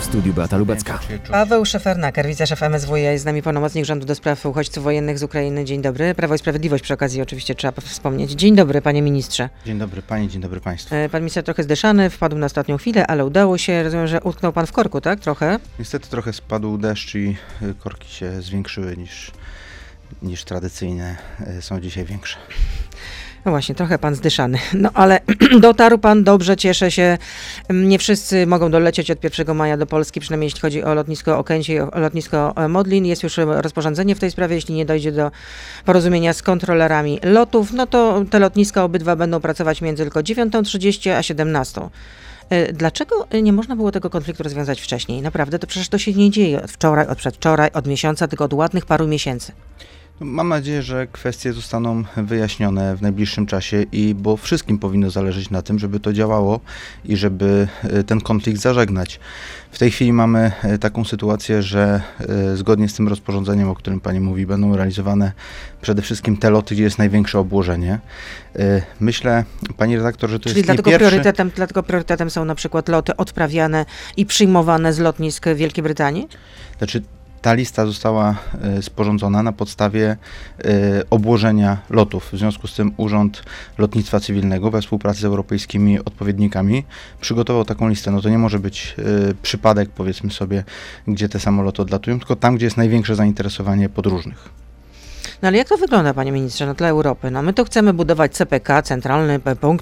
studiu Beata Lubecka. Paweł Szefernaker, wiceszef MSWiA, jest z nami pełnomocnik rządu do spraw uchodźców wojennych z Ukrainy. Dzień dobry. Prawo i Sprawiedliwość przy okazji oczywiście trzeba wspomnieć. Dzień dobry, panie ministrze. Dzień dobry pani, dzień dobry państwu. Pan minister trochę zdyszany, wpadł na ostatnią chwilę, ale udało się. Rozumiem, że utknął pan w korku, tak? Trochę? Niestety trochę spadł deszcz i korki się zwiększyły niż tradycyjne są dzisiaj większe. No właśnie, trochę pan zdyszany. No ale dotarł pan dobrze, cieszę się. Nie wszyscy mogą dolecieć od 1 maja do Polski, przynajmniej jeśli chodzi o lotnisko Okęcie i o lotnisko Modlin. Jest już rozporządzenie w tej sprawie. Jeśli nie dojdzie do porozumienia z kontrolerami lotów, no to te lotniska obydwa będą pracować między tylko 9:30 a 17:00. Dlaczego nie można było tego konfliktu rozwiązać wcześniej? Naprawdę, to przecież to się nie dzieje od wczoraj, od przedwczoraj, od miesiąca, tylko od ładnych paru miesięcy. Mam nadzieję, że kwestie zostaną wyjaśnione w najbliższym czasie bo wszystkim powinno zależeć na tym, żeby to działało i żeby ten konflikt zażegnać. W tej chwili mamy taką sytuację, że zgodnie z tym rozporządzeniem, o którym pani mówi, będą realizowane przede wszystkim te loty, gdzie jest największe obłożenie. Myślę, pani redaktor, że to Czyli jest nie pierwszy... dlatego priorytetem są na przykład loty odprawiane i przyjmowane z lotnisk Wielkiej Brytanii? Znaczy, ta lista została sporządzona na podstawie obłożenia lotów. W związku z tym Urząd Lotnictwa Cywilnego we współpracy z europejskimi odpowiednikami przygotował taką listę. No to nie może być przypadek, powiedzmy sobie, gdzie te samoloty odlatują, tylko tam, gdzie jest największe zainteresowanie podróżnych. No ale jak to wygląda, panie ministrze, na tle Europy? No my tu chcemy budować CPK, centralny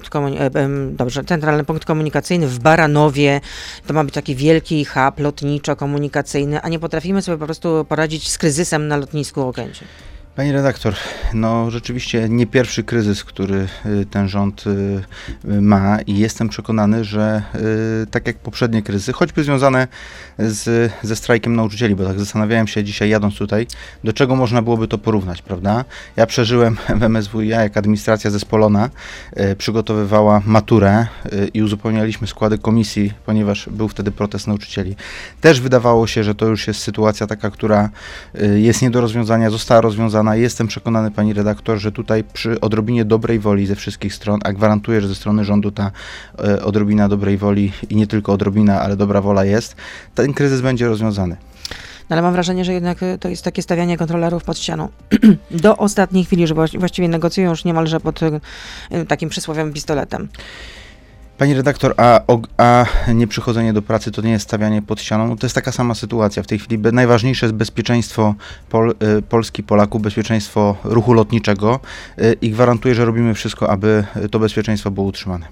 punkt komunikacyjny w Baranowie. To ma być taki wielki hub lotniczo-komunikacyjny, a nie potrafimy sobie po prostu poradzić z kryzysem na lotnisku Okęcie. Pani redaktor, no rzeczywiście nie pierwszy kryzys, który ten rząd ma i jestem przekonany, że tak jak poprzednie kryzysy, choćby związane ze strajkiem nauczycieli, bo tak zastanawiałem się dzisiaj jadąc tutaj, do czego można byłoby to porównać, prawda? Ja przeżyłem w MSWiA, jak administracja zespolona przygotowywała maturę i uzupełnialiśmy składy komisji, ponieważ był wtedy protest nauczycieli. Też wydawało się, że to już jest sytuacja taka, która jest nie do rozwiązania, została rozwiązana. Jestem przekonany, pani redaktor, że tutaj przy odrobinie dobrej woli ze wszystkich stron, a gwarantuję, że ze strony rządu ta odrobina dobrej woli i nie tylko odrobina, ale dobra wola jest, ten kryzys będzie rozwiązany. No ale mam wrażenie, że jednak to jest takie stawianie kontrolerów pod ścianą. Do ostatniej chwili, że właściwie negocjują już niemalże pod takim przysłowiowym pistoletem. Pani redaktor, a nieprzychodzenie do pracy to nie jest stawianie pod ścianą? To jest taka sama sytuacja. W tej chwili najważniejsze jest bezpieczeństwo Polski, Polaków, bezpieczeństwo ruchu lotniczego i gwarantuję, że robimy wszystko, aby to bezpieczeństwo było utrzymane.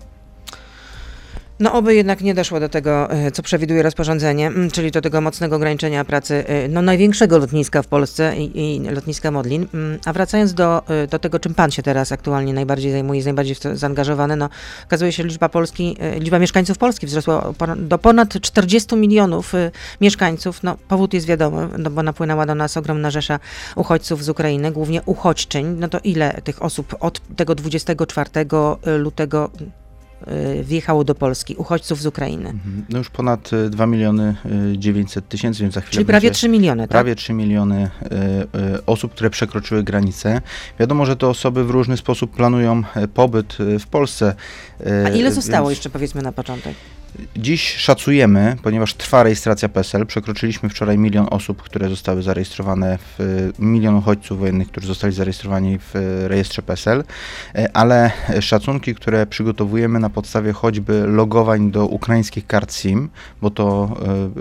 No oby jednak nie doszło do tego, co przewiduje rozporządzenie, czyli do tego mocnego ograniczenia pracy największego lotniska w Polsce i lotniska Modlin. A wracając do tego, czym pan się teraz aktualnie najbardziej zajmuje, jest najbardziej w to zaangażowany, no okazuje się, liczba mieszkańców Polski wzrosła do ponad 40 milionów mieszkańców. No powód jest wiadomy, no bo napłynęła do nas ogromna rzesza uchodźców z Ukrainy, głównie uchodźczyń. No to ile tych osób od tego 24 lutego wjechało do Polski, uchodźców z Ukrainy? No już ponad 2 900 000, więc za chwilę czyli prawie 3 miliony, tak? Prawie 3 miliony osób, które przekroczyły granicę. Wiadomo, że te osoby w różny sposób planują pobyt w Polsce. A ile zostało jeszcze, powiedzmy na początek? Dziś szacujemy, ponieważ trwa rejestracja PESEL, przekroczyliśmy wczoraj 1 000 000 osób, które zostały zarejestrowane, 1 000 000 uchodźców wojennych, którzy zostali zarejestrowani w rejestrze PESEL, ale szacunki, które przygotowujemy na podstawie choćby logowań do ukraińskich kart SIM, bo to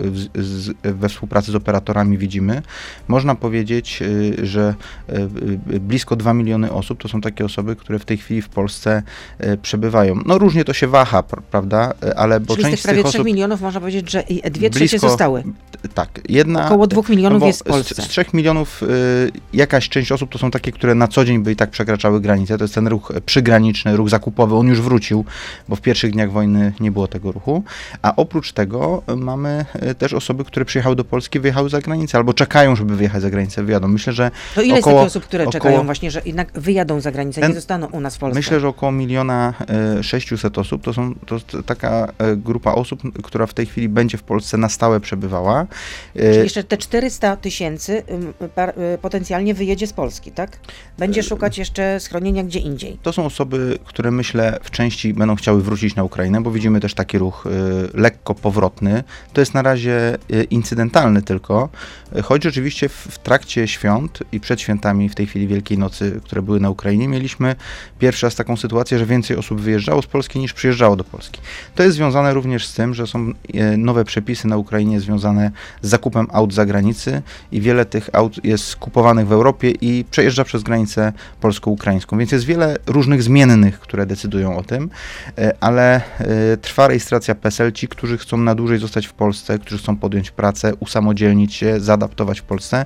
we współpracy z operatorami widzimy, można powiedzieć, że blisko 2 miliony osób to są takie osoby, które w tej chwili w Polsce przebywają. No różnie to się waha, prawda, ale bo z tych prawie 3 milionów można powiedzieć, że 2/3 zostały. Tak. Około 2 milionów jest w Polsce. Z 3 milionów jakaś część osób to są takie, które na co dzień by i tak przekraczały granicę. To jest ten ruch przygraniczny, ruch zakupowy. On już wrócił, bo w pierwszych dniach wojny nie było tego ruchu. A oprócz tego mamy też osoby, które przyjechały do Polski, wyjechały za granicę albo czekają, żeby wyjechać za granicę, wyjadą. Myślę, że to ile jest takich osób, które czekają właśnie, że jednak wyjadą za granicę, nie zostaną u nas w Polsce? Myślę, że około 1 600 000 osób to taka grupa grupa osób, która w tej chwili będzie w Polsce na stałe przebywała. Czyli jeszcze te 400 tysięcy potencjalnie wyjedzie z Polski, tak? Będzie szukać jeszcze schronienia gdzie indziej. To są osoby, które myślę w części będą chciały wrócić na Ukrainę, bo widzimy też taki ruch lekko powrotny. To jest na razie incydentalny tylko, choć rzeczywiście w trakcie świąt i przed świętami w tej chwili Wielkiej Nocy, które były na Ukrainie, mieliśmy pierwszy raz taką sytuację, że więcej osób wyjeżdżało z Polski niż przyjeżdżało do Polski. To jest związane również z tym, że są nowe przepisy na Ukrainie związane z zakupem aut z zagranicy i wiele tych aut jest kupowanych w Europie i przejeżdża przez granicę polsko-ukraińską. Więc jest wiele różnych zmiennych, które decydują o tym, ale trwa rejestracja PESEL. Ci, którzy chcą na dłużej zostać w Polsce, którzy chcą podjąć pracę, usamodzielnić się, zaadaptować w Polsce,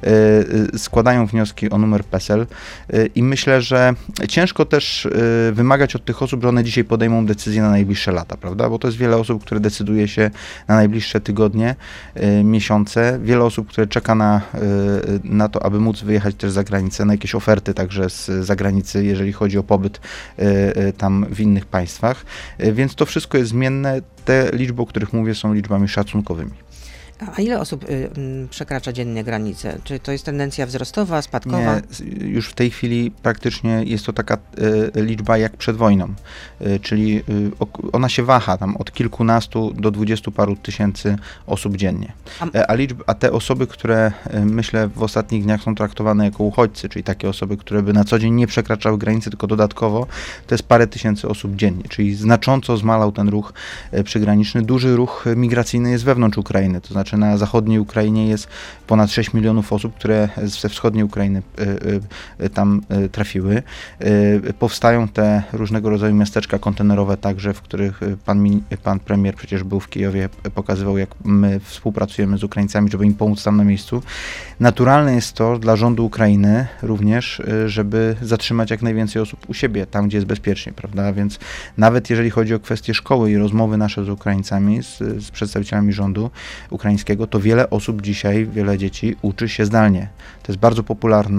składają wnioski o numer PESEL i myślę, że ciężko też wymagać od tych osób, że one dzisiaj podejmą decyzję na najbliższe lata, prawda? Bo to jest wiele osób, które decyduje się na najbliższe tygodnie, miesiące. Wiele osób, które czeka na to, aby móc wyjechać też za granicę, na jakieś oferty także z zagranicy, jeżeli chodzi o pobyt tam w innych państwach. Więc to wszystko jest zmienne. Te liczby, o których mówię, są liczbami szacunkowymi. A ile osób przekracza dziennie granicę? Czy to jest tendencja wzrostowa, spadkowa? Nie, już w tej chwili praktycznie jest to taka liczba jak przed wojną, czyli ona się waha tam od kilkunastu do 20 paru tysięcy osób dziennie. A te osoby, które myślę w ostatnich dniach są traktowane jako uchodźcy, czyli takie osoby, które by na co dzień nie przekraczały granicy, tylko dodatkowo, to jest parę tysięcy osób dziennie, czyli znacząco zmalał ten ruch przygraniczny. Duży ruch migracyjny jest wewnątrz Ukrainy, to znaczy na zachodniej Ukrainie jest ponad 6 milionów osób, które ze wschodniej Ukrainy tam trafiły. Powstają te różnego rodzaju miasteczka kontenerowe także, w których pan premier przecież był w Kijowie, pokazywał, jak my współpracujemy z Ukraińcami, żeby im pomóc tam na miejscu. Naturalne jest to dla rządu Ukrainy również, żeby zatrzymać jak najwięcej osób u siebie, tam gdzie jest bezpiecznie, prawda? Więc nawet jeżeli chodzi o kwestie szkoły i rozmowy nasze z Ukraińcami, z przedstawicielami rządu ukraińskiego, to wiele osób dzisiaj, wiele dzieci uczy się zdalnie. To jest bardzo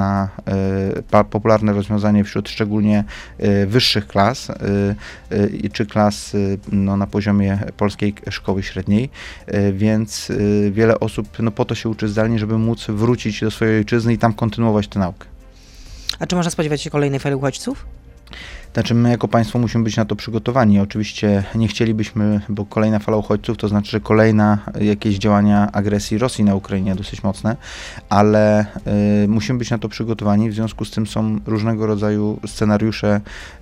popularne rozwiązanie wśród szczególnie wyższych klas, czy klas na poziomie polskiej szkoły średniej, więc wiele osób po to się uczy zdalnie, żeby móc wrócić do swojej ojczyzny i tam kontynuować tę naukę. A czy można spodziewać się kolejnej fali uchodźców? Znaczy my jako państwo musimy być na to przygotowani. Oczywiście nie chcielibyśmy, bo kolejna fala uchodźców to znaczy, że kolejna jakieś działania agresji Rosji na Ukrainie dosyć mocne, ale musimy być na to przygotowani. W związku z tym są różnego rodzaju scenariusze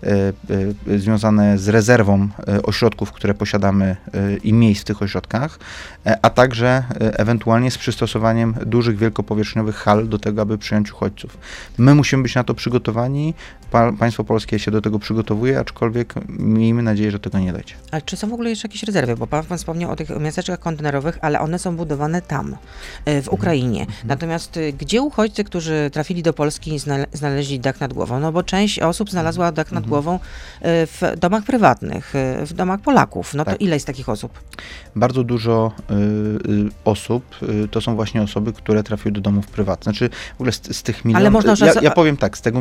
związane z rezerwą ośrodków, które posiadamy i miejsc w tych ośrodkach, a także ewentualnie z przystosowaniem dużych, wielkopowierzchniowych hal do tego, aby przyjąć uchodźców. My musimy być na to przygotowani. Państwo polskie się do tego przygotowuje, aczkolwiek miejmy nadzieję, że tego nie dojdzie. A czy są w ogóle jeszcze jakieś rezerwy? Bo pan wspomniał o tych miasteczkach kontenerowych, ale one są budowane tam, w Ukrainie. Natomiast gdzie uchodźcy, którzy trafili do Polski, znaleźli dach nad głową? No bo część osób znalazła dach nad głową w domach prywatnych, w domach Polaków. No to Tak. ile jest takich osób? Bardzo dużo osób to są właśnie osoby, które trafiły do domów prywatnych. Znaczy w ogóle z tych milionów... Ale można ja powiem tak, z tego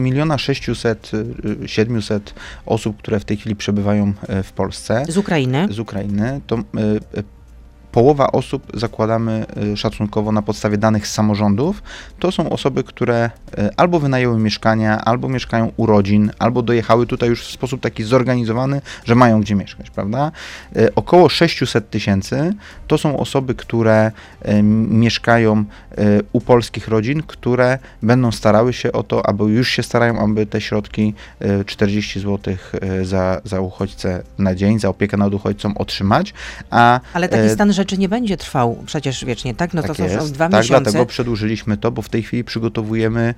1 600 osób, które w tej chwili przebywają w Polsce, Z Ukrainy? to połowa osób, zakładamy szacunkowo na podstawie danych z samorządów, to są osoby, które albo wynajęły mieszkania, albo mieszkają u rodzin, albo dojechały tutaj już w sposób taki zorganizowany, że mają gdzie mieszkać, prawda? Około 600 tysięcy to są osoby, które mieszkają u polskich rodzin, które będą starały się o to, albo już się starają, aby te środki 40 zł za uchodźcę na dzień, za opiekę nad uchodźcą otrzymać, Ale taki stan rzeczy nie będzie trwał przecież wiecznie, tak? No to są już 2 tak, miesiące. dlatego przedłużyliśmy to, bo w tej chwili przygotowujemy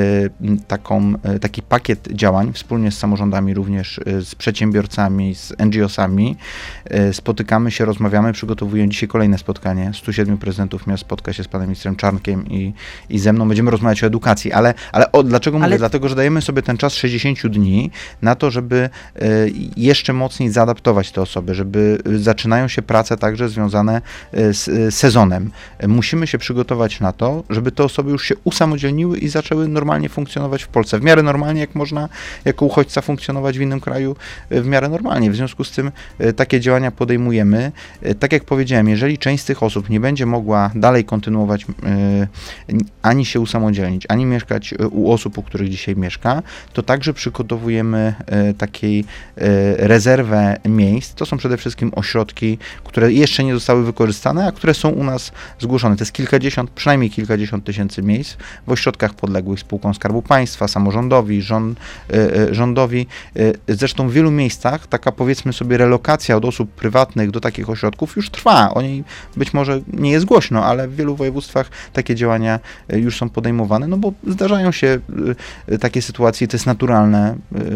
taki pakiet działań wspólnie z samorządami, również z przedsiębiorcami, z NGO-sami. Spotykamy się, rozmawiamy, przygotowujemy dzisiaj kolejne spotkanie. 107 prezydentów miast spotka się z panem ministrem Czarnkiem i ze mną. Będziemy rozmawiać o edukacji, dlaczego mówię? Dlatego, że dajemy sobie ten czas 60 dni na to, żeby jeszcze mocniej zaadaptować te osoby, żeby zaczynają się prace także związane związane z sezonem. Musimy się przygotować na to, żeby te osoby już się usamodzielniły i zaczęły normalnie funkcjonować w Polsce. W miarę normalnie, jak można jako uchodźca funkcjonować w innym kraju, w miarę normalnie. W związku z tym takie działania podejmujemy. Tak jak powiedziałem, jeżeli część z tych osób nie będzie mogła dalej kontynuować ani się usamodzielnić, ani mieszkać u osób, u których dzisiaj mieszka, to także przygotowujemy takiej rezerwę miejsc. To są przede wszystkim ośrodki, które jeszcze nie zostały wykorzystane, a które są u nas zgłoszone. To jest przynajmniej kilkadziesiąt tysięcy miejsc w ośrodkach podległych spółkom Skarbu Państwa, samorządowi, rządowi. Zresztą w wielu miejscach taka, powiedzmy sobie, relokacja od osób prywatnych do takich ośrodków już trwa. O niej być może nie jest głośno, ale w wielu województwach takie działania już są podejmowane, no bo zdarzają się takie sytuacje, to jest naturalne,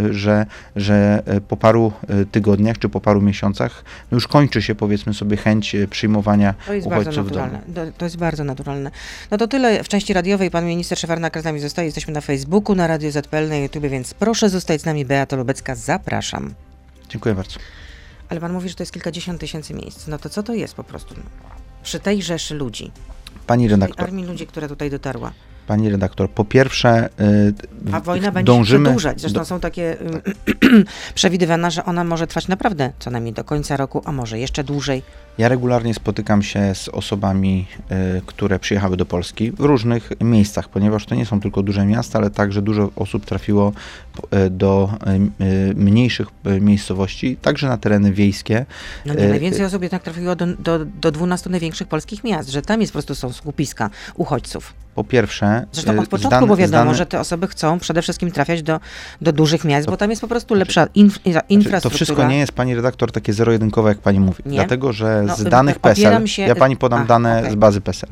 że po paru tygodniach czy po paru miesiącach już kończy się, powiedzmy sobie, chęć przyjmowania uchodźców w domu. To jest bardzo naturalne. No to tyle w części radiowej. Pan minister Szefernak z nami zostaje. Jesteśmy na Facebooku, na Radio ZPL, na YouTube, więc proszę zostać z nami. Beata Lubecka, zapraszam. Dziękuję bardzo. Ale pan mówi, że to jest kilkadziesiąt tysięcy miejsc. No to co to jest po prostu? Przy tej rzeszy ludzi, Pani redaktor. tej armii ludzi, która tutaj dotarła. Pani redaktor, po pierwsze a wojna będzie się przedłużać. Zresztą są takie przewidywania, że ona może trwać naprawdę co najmniej do końca roku, a może jeszcze dłużej. Ja regularnie spotykam się z osobami, które przyjechały do Polski w różnych miejscach, ponieważ to nie są tylko duże miasta, ale także dużo osób trafiło do mniejszych miejscowości, także na tereny wiejskie. No nie, najwięcej osób jednak trafiło do 12 największych polskich miast, że tam jest po prostu są skupiska uchodźców. Po pierwsze... Zresztą od początku, bo wiadomo, że te osoby chcą przede wszystkim trafiać do dużych miast, bo tam jest po prostu lepsza infrastruktura. To wszystko nie jest, pani redaktor, takie zero-jedynkowe, jak pani mówi. Nie? Dlatego, że z danych PESEL, ja pani podam dane z bazy PESEL.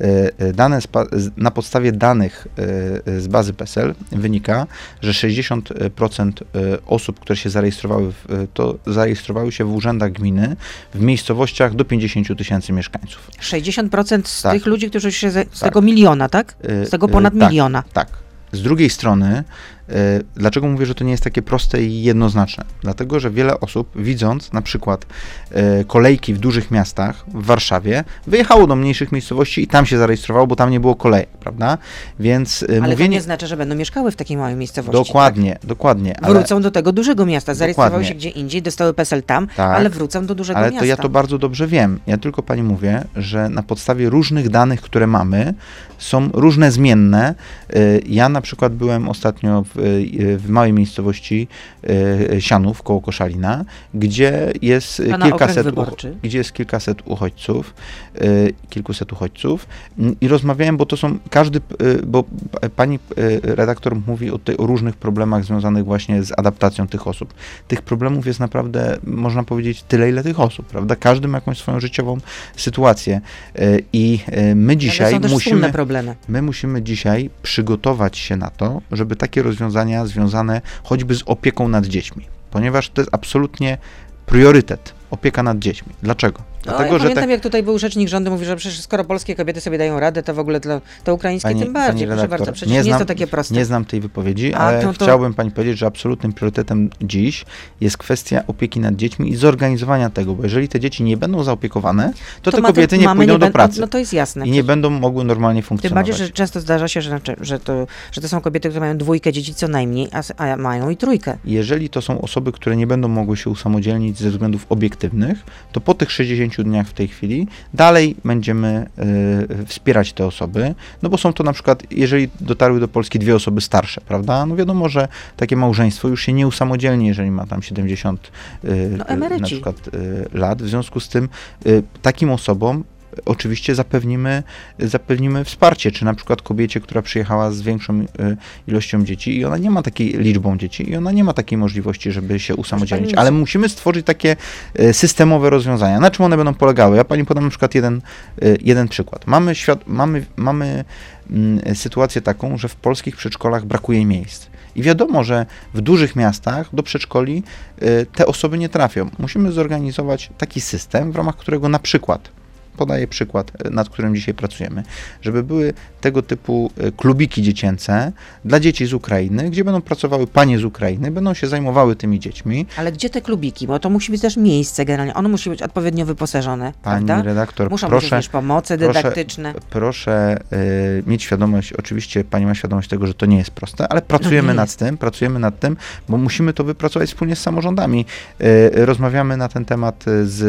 Na podstawie danych z bazy PESEL wynika, że 60% osób, które się zarejestrowały, zarejestrowały się w urzędach gminy w miejscowościach do 50 tysięcy mieszkańców. 60% z tych ludzi, którzy się z tego miliona, tak? Z tego ponad miliona. Tak. Z drugiej strony, dlaczego mówię, że to nie jest takie proste i jednoznaczne? Dlatego, że wiele osób, widząc na przykład kolejki w dużych miastach, w Warszawie, wyjechało do mniejszych miejscowości i tam się zarejestrowało, bo tam nie było kolejek, prawda? Więc ale to nie znaczy, że będą mieszkały w takiej małej miejscowości. Dokładnie. Wrócą do tego dużego miasta, zarejestrowały się gdzie indziej, dostały PESEL tam, ale wrócą do dużego miasta. Ale to ja to bardzo dobrze wiem. Ja tylko pani mówię, że na podstawie różnych danych, które mamy, są różne zmienne. Ja na przykład byłem ostatnio w małej miejscowości Sianów koło Koszalina, gdzie jest kilkuset uchodźców i rozmawiałem, bo to są bo pani redaktor mówi o różnych problemach związanych właśnie z adaptacją tych osób. Tych problemów jest naprawdę, można powiedzieć, tyle, ile tych osób, prawda? Każdy ma jakąś swoją życiową sytuację i my dzisiaj musimy dzisiaj przygotować się na to, żeby takie rozwiązania związane choćby z opieką nad dziećmi, ponieważ to jest absolutnie priorytet, opieka nad dziećmi. Dlaczego? Dlatego, ja pamiętam, jak tutaj był rzecznik rządu, mówi, że przecież skoro polskie kobiety sobie dają radę, to w ogóle to ukraińskie tym bardziej. Proszę bardzo, przecież nie jest to takie proste. Nie znam tej wypowiedzi, ale chciałbym pani powiedzieć, że absolutnym priorytetem dziś jest kwestia opieki nad dziećmi i zorganizowania tego, bo jeżeli te dzieci nie będą zaopiekowane, to te kobiety nie pójdą do pracy. No to jest jasne. I nie będą mogły normalnie funkcjonować. Tym bardziej, że często zdarza się, że to są kobiety, które mają 2 dzieci co najmniej, a mają i 3. Jeżeli to są osoby, które nie będą mogły się usamodzielnić ze względów obiektywnych, to po tych 60 dniach w tej chwili dalej będziemy wspierać te osoby, no bo są to na przykład, jeżeli dotarły do Polski 2 osoby starsze, prawda? No wiadomo, że takie małżeństwo już się nie usamodzielni, jeżeli ma tam 70 na przykład lat. W związku z tym takim osobom oczywiście zapewnimy wsparcie, czy na przykład kobiecie, która przyjechała z większą ilością dzieci i ona nie ma takiej liczbą dzieci i ona nie ma takiej możliwości, żeby się usamodzielnić, ale musimy stworzyć takie systemowe rozwiązania. Na czym one będą polegały? Ja pani podam na przykład jeden przykład. Mamy sytuację taką, że w polskich przedszkolach brakuje miejsc. I wiadomo, że w dużych miastach do przedszkoli te osoby nie trafią. Musimy zorganizować taki system, w ramach którego na przykład podaję przykład, nad którym dzisiaj pracujemy, żeby były tego typu klubiki dziecięce dla dzieci z Ukrainy, gdzie będą pracowały panie z Ukrainy, będą się zajmowały tymi dziećmi. Ale gdzie te klubiki? Bo to musi być też miejsce generalnie. Ono musi być odpowiednio wyposażone, Pani prawda? redaktor, Muszą być proszę, również pomocy dydaktyczne. proszę mieć świadomość, oczywiście pani ma świadomość tego, że to nie jest proste, ale pracujemy nad tym, bo musimy to wypracować wspólnie z samorządami. Rozmawiamy na ten temat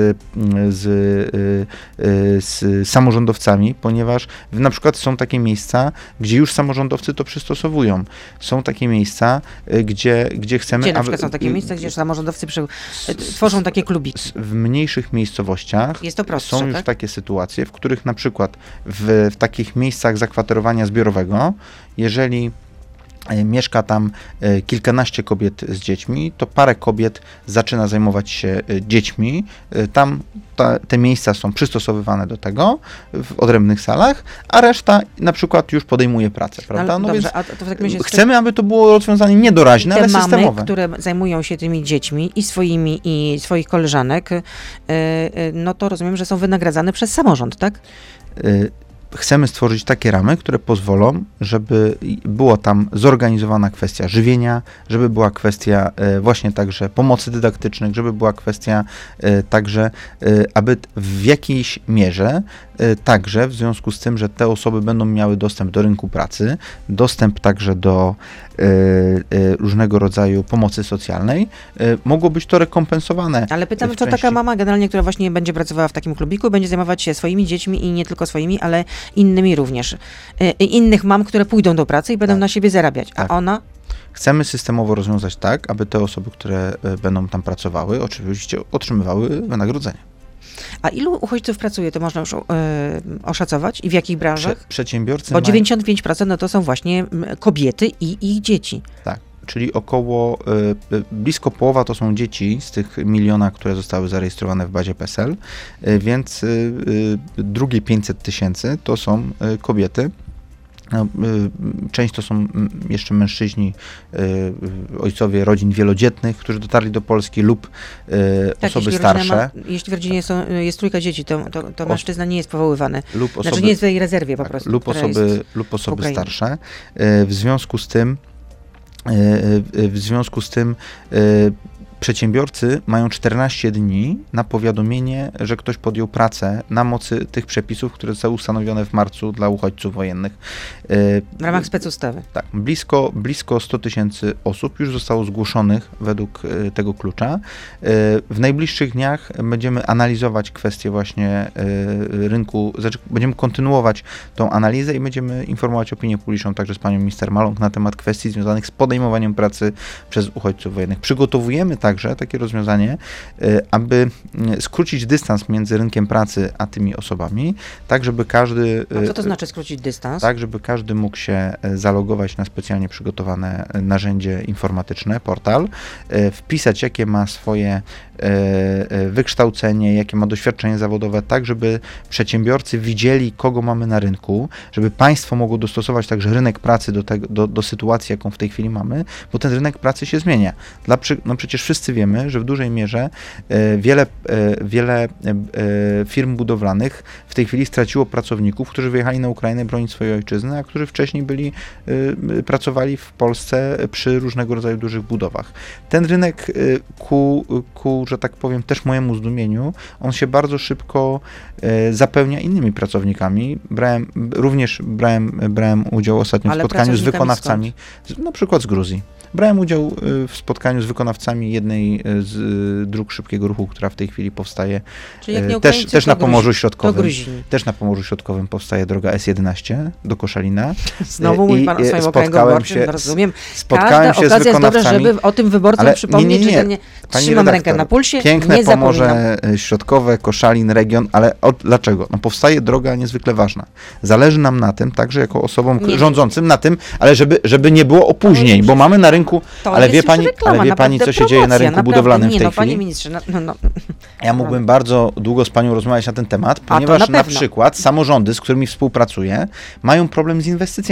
z samorządowcami, ponieważ na przykład są takie miejsca, gdzie już samorządowcy to przystosowują. Są takie miejsca, gdzie chcemy... Gdzie na przykład są takie miejsca, gdzie samorządowcy tworzą takie klubiki? W mniejszych miejscowościach jest to prostsze, są już tak? takie sytuacje, w których na przykład w takich miejscach zakwaterowania zbiorowego, jeżeli mieszka tam kilkanaście kobiet z dziećmi, to parę kobiet zaczyna zajmować się dziećmi. Tam te miejsca są przystosowywane do tego w odrębnych salach, a reszta na przykład już podejmuje pracę, prawda? Ale No dobrze, więc a to w takim razie chcemy, aby to było rozwiązanie niedoraźne, ale mamy, systemowe. które zajmują się tymi dziećmi i swoimi, i swoich koleżanek, no to rozumiem, że są wynagradzane przez samorząd, tak? Chcemy stworzyć takie ramy, które pozwolą, żeby była tam zorganizowana kwestia żywienia, żeby była kwestia właśnie także pomocy dydaktycznych, żeby była kwestia także, aby w jakiejś mierze także w związku z tym, że te osoby będą miały dostęp do rynku pracy, dostęp także do różnego rodzaju pomocy socjalnej, mogło być to rekompensowane. Ale pytam, co taka mama generalnie, która właśnie będzie pracowała w takim klubiku, będzie zajmować się swoimi dziećmi i nie tylko swoimi, ale innymi również. Innych mam, które pójdą do pracy i będą na siebie zarabiać. A ona? Chcemy systemowo rozwiązać tak, aby te osoby, które będą tam pracowały, oczywiście otrzymywały wynagrodzenie. A ilu uchodźców pracuje, to można już oszacować i w jakich branżach? Przedsiębiorcy Bo 95% no to są właśnie kobiety i ich dzieci. Tak, czyli około, blisko połowa to są dzieci z tych 1 miliona, które zostały zarejestrowane w bazie PESEL, więc drugie 500 tysięcy to są kobiety. Często są jeszcze mężczyźni, ojcowie rodzin wielodzietnych, którzy dotarli do Polski lub osoby starsze. Jeśli w rodzinie jest trójka dzieci, to mężczyzna nie jest powoływany. Znaczy nie jest w tej rezerwie po prostu. Lub osoby starsze. W związku z tym przedsiębiorcy mają 14 dni na powiadomienie, że ktoś podjął pracę na mocy tych przepisów, które zostały ustanowione w marcu dla uchodźców wojennych. W ramach specustawy. Tak, blisko 100 tysięcy osób już zostało zgłoszonych według tego klucza. W najbliższych dniach będziemy analizować kwestię właśnie rynku, będziemy kontynuować tą analizę i będziemy informować opinię publiczną także z panią minister Maląg na temat kwestii związanych z podejmowaniem pracy przez uchodźców wojennych. Przygotowujemy także takie rozwiązanie, aby skrócić dystans między rynkiem pracy a tymi osobami, tak żeby każdy... A co to znaczy skrócić dystans? Tak, żeby każdy mógł się zalogować na specjalnie przygotowane narzędzie informatyczne, portal, wpisać jakie ma swoje wykształcenie, jakie ma doświadczenie zawodowe, tak żeby przedsiębiorcy widzieli, kogo mamy na rynku, żeby państwo mogło dostosować także rynek pracy do sytuacji, jaką w tej chwili mamy, bo ten rynek pracy się zmienia. No przecież wszyscy wiemy, że w dużej mierze wiele firm budowlanych w tej chwili straciło pracowników, którzy wyjechali na Ukrainę bronić swojej ojczyzny, a którzy wcześniej pracowali w Polsce przy różnego rodzaju dużych budowach. Ten rynek że tak powiem, też mojemu zdumieniu, on się bardzo szybko zapełnia innymi pracownikami. Brałem udział ostatnio w spotkaniu z wykonawcami, na przykład z Gruzji. Brałem udział w spotkaniu z wykonawcami jednej z dróg szybkiego ruchu, która w tej chwili powstaje. Czyli jak nie też na Pomorzu Środkowym. Też na Pomorzu Środkowym powstaje droga S11 do Koszalina. Znowu mówi pan o swoim okręgu wyborczym, rozumiem. Spotkałem się z wykonawcami. Jest dobra, żeby o tym wyborcom przypomnieć, że nie trzymam rękę na pulsie, piękne nie Pomorze Środkowe, Koszalin, region, ale dlaczego? No powstaje droga niezwykle ważna. Zależy nam na tym, także jako osobom rządzącym, na tym, ale żeby nie było opóźnień, bo mamy na rynku, ale wie pani, co się dzieje na rynku budowlanym w tej chwili? Panie ministrze, Ja mógłbym bardzo długo z panią rozmawiać na ten temat, ponieważ na przykład samorządy, z którymi współpracuję, mają problem z inwestycjami.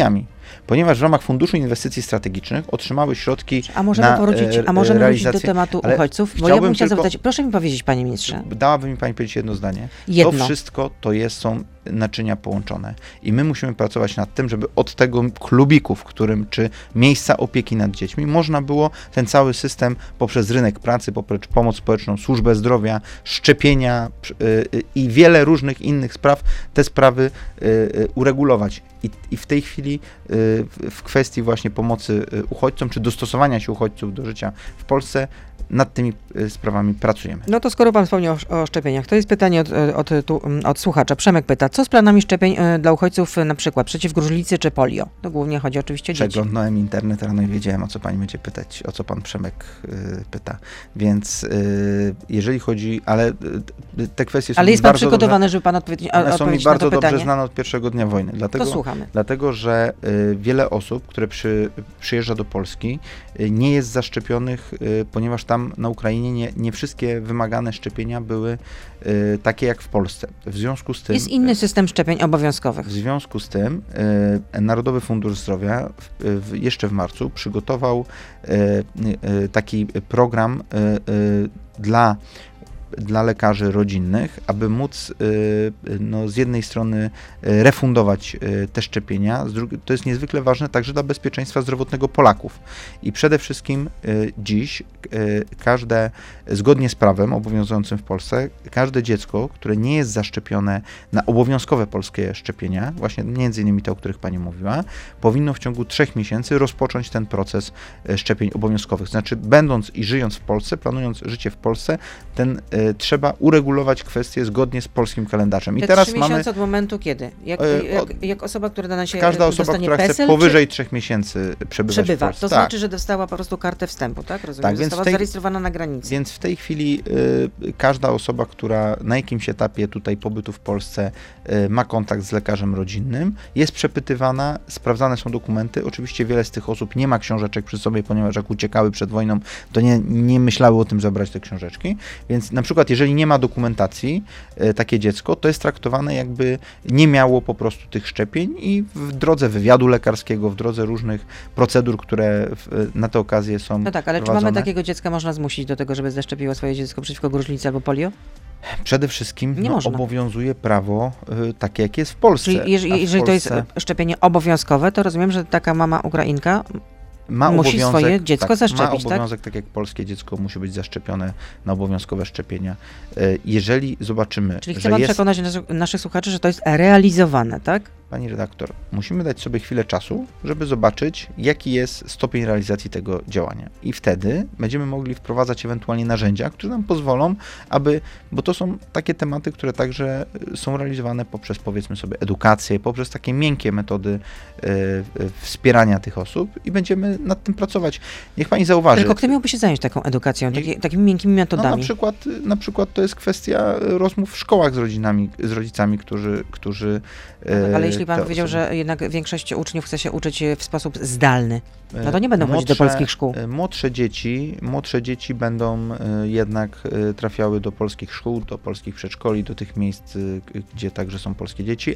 ponieważ w ramach Funduszu Inwestycji Strategicznych otrzymały środki A możemy na wrócić do realizację. tematu Ale uchodźców? Bo ja chciałbym bym chciała tylko- zapytać, proszę mi powiedzieć, panie ministrze. Dałaby mi pani powiedzieć jedno zdanie. Jedno. To wszystko są naczynia połączone. I my musimy pracować nad tym, żeby od tego klubiku, w którym, czy miejsca opieki nad dziećmi, można było ten cały system poprzez rynek pracy, poprzez pomoc społeczną, służbę zdrowia, szczepienia i wiele różnych innych spraw, te sprawy uregulować. I w tej chwili w kwestii właśnie pomocy uchodźcom, czy dostosowania się uchodźców do życia w Polsce, nad tymi sprawami pracujemy. No to skoro pan wspomniał o szczepieniach, to jest pytanie od słuchacza. Przemek pyta, co z planami szczepień dla uchodźców na przykład przeciw gruźlicy czy polio? To głównie chodzi oczywiście o dzieci. Przeglądnąłem internet rano i wiedziałem, o co pani będzie pytać, o co pan Przemek pyta. Więc jeżeli chodzi, ale te kwestie są Ale mi jest pan bardzo przygotowany, żeby pan odpowiedzieć one są mi na to bardzo dobrze pytanie? znane od pierwszego dnia wojny. To słuchamy. Dlatego, że wiele osób, które przyjeżdża do Polski, nie jest zaszczepionych, ponieważ tam na Ukrainie nie wszystkie wymagane szczepienia były takie jak w Polsce. W związku z tym... Jest inny system szczepień obowiązkowych. W związku z tym Narodowy Fundusz Zdrowia jeszcze w marcu przygotował taki program dla lekarzy rodzinnych, aby móc z jednej strony refundować te szczepienia, z drugiej to jest niezwykle ważne także dla bezpieczeństwa zdrowotnego Polaków. I przede wszystkim dziś zgodnie z prawem obowiązującym w Polsce, każde dziecko, które nie jest zaszczepione na obowiązkowe polskie szczepienia, właśnie między innymi te, o których pani mówiła, powinno w ciągu 3 miesięcy rozpocząć ten proces szczepień obowiązkowych. Znaczy, będąc i żyjąc w Polsce, planując życie w Polsce, trzeba uregulować kwestie zgodnie z polskim kalendarzem. I Te teraz 3 mamy... miesiące od momentu kiedy? Jak osoba, która dana się Każda osoba, dostanie która chce PESEL, powyżej 3 miesięcy przebywać w Polsce. To znaczy, że dostała po prostu kartę wstępu, tak? Rozumiem, Tak, że więc została zarejestrowana na granicy. Więc w tej chwili każda osoba, która na jakimś etapie tutaj pobytu w Polsce ma kontakt z lekarzem rodzinnym, jest przepytywana, sprawdzane są dokumenty. Oczywiście wiele z tych osób nie ma książeczek przy sobie, ponieważ jak uciekały przed wojną, to nie myślały o tym zabrać te książeczki. Więc na przykład, jeżeli nie ma dokumentacji, takie dziecko, to jest traktowane, jakby nie miało po prostu tych szczepień i w drodze wywiadu lekarskiego, w drodze różnych procedur, które na te okazje są No tak, ale prowadzone. czy mamy takiego dziecka można zmusić do tego, żeby zaszczepiło swoje dziecko przeciwko gruźlicy albo polio? Przede wszystkim Nie można. obowiązuje prawo takie, jak jest w Polsce. Czyli jeżeli to jest szczepienie obowiązkowe, to rozumiem, że taka mama Ukrainka musi swoje dziecko zaszczepić, ma obowiązek, tak jak polskie dziecko musi być zaszczepione na obowiązkowe szczepienia. Jeżeli zobaczymy, Czyli że chce pan jest... przekonać naszych słuchaczy, że to jest realizowane, tak? Pani redaktor, musimy dać sobie chwilę czasu, żeby zobaczyć, jaki jest stopień realizacji tego działania. I wtedy będziemy mogli wprowadzać ewentualnie narzędzia, które nam pozwolą, bo to są takie tematy, które także są realizowane poprzez, powiedzmy sobie, edukację, poprzez takie miękkie metody wspierania tych osób i będziemy nad tym pracować. Niech pani zauważy. Tylko kto miałby się zająć taką edukacją, takimi miękkimi metodami? Na przykład to jest kwestia rozmów w szkołach z rodzicami, którzy ale jeśli pan powiedział, że jednak większość uczniów chce się uczyć w sposób zdalny, no to nie będą chodzić do polskich szkół. Młodsze dzieci będą jednak trafiały do polskich szkół, do polskich przedszkoli, do tych miejsc, gdzie także są polskie dzieci,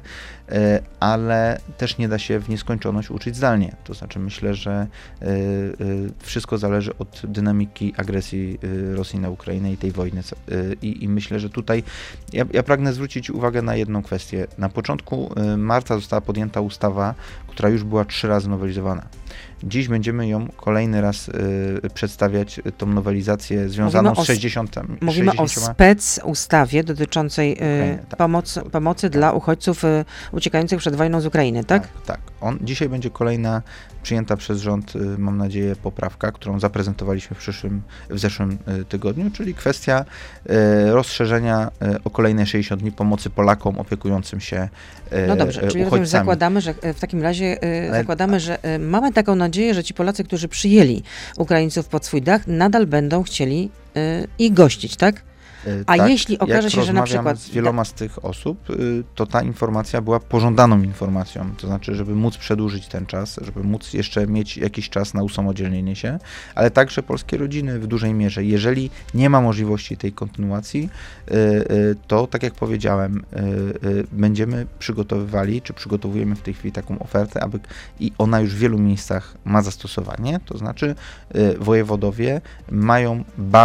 ale też nie da się w nieskończoność uczyć zdalnie. To znaczy myślę, że wszystko zależy od dynamiki agresji Rosji na Ukrainę i tej wojny. I myślę, że tutaj ja pragnę zwrócić uwagę na jedną kwestię. Na początku marca została podjęta ustawa, która już była 3 razy nowelizowana. Dziś będziemy ją kolejny raz przedstawiać, tą nowelizację związaną z 60. Mówimy o spec ustawie dotyczącej pomocy dla uchodźców uciekających przed wojną z Ukrainy, tak? Tak. Dzisiaj będzie kolejna przyjęta przez rząd, mam nadzieję, poprawka, którą zaprezentowaliśmy w zeszłym tygodniu, czyli kwestia rozszerzenia o kolejne 60 dni pomocy Polakom opiekującym się No dobrze, czyli uchodźcami. zakładamy, że w takim razie że mamy taką nadzieję, że ci Polacy, którzy przyjęli Ukraińców pod swój dach, nadal będą chcieli ich gościć, tak? A jeśli okaże się, że na przykład... z wieloma z tych osób, to ta informacja była pożądaną informacją, to znaczy, żeby móc przedłużyć ten czas, żeby móc jeszcze mieć jakiś czas na usamodzielnienie się, ale także polskie rodziny w dużej mierze. Jeżeli nie ma możliwości tej kontynuacji, to tak jak powiedziałem, będziemy przygotowywali, czy przygotowujemy w tej chwili taką ofertę, i ona już w wielu miejscach ma zastosowanie, to znaczy wojewodowie mają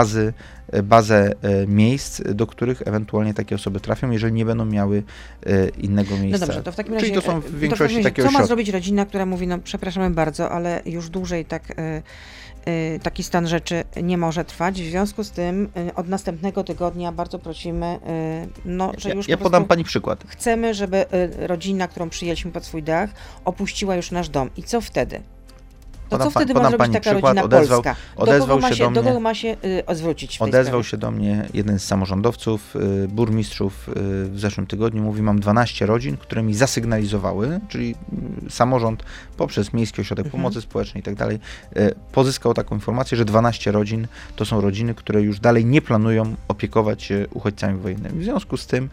bazę miejsc, do których ewentualnie takie osoby trafią, jeżeli nie będą miały innego miejsca. No dobrze, to w takim razie... Czyli to są w większości takie co ma ośrodki. zrobić rodzina, która mówi, no przepraszamy bardzo, ale już dłużej taki stan rzeczy nie może trwać. W związku z tym od następnego tygodnia bardzo prosimy, że już Ja po podam prostu pani przykład. chcemy, żeby rodzina, którą przyjęliśmy pod swój dach, opuściła już nasz dom. I co wtedy? To co wtedy ma zrobić taka rodzina polska? Do kogo ma się zwrócić w tej Odezwał sprawie? się do mnie jeden z samorządowców, burmistrzów w zeszłym tygodniu. Mówi, mam 12 rodzin, które mi zasygnalizowały, czyli samorząd poprzez Miejski Ośrodek Pomocy Społecznej i tak dalej, pozyskał taką informację, że 12 rodzin to są rodziny, które już dalej nie planują opiekować się uchodźcami wojennymi. W związku z tym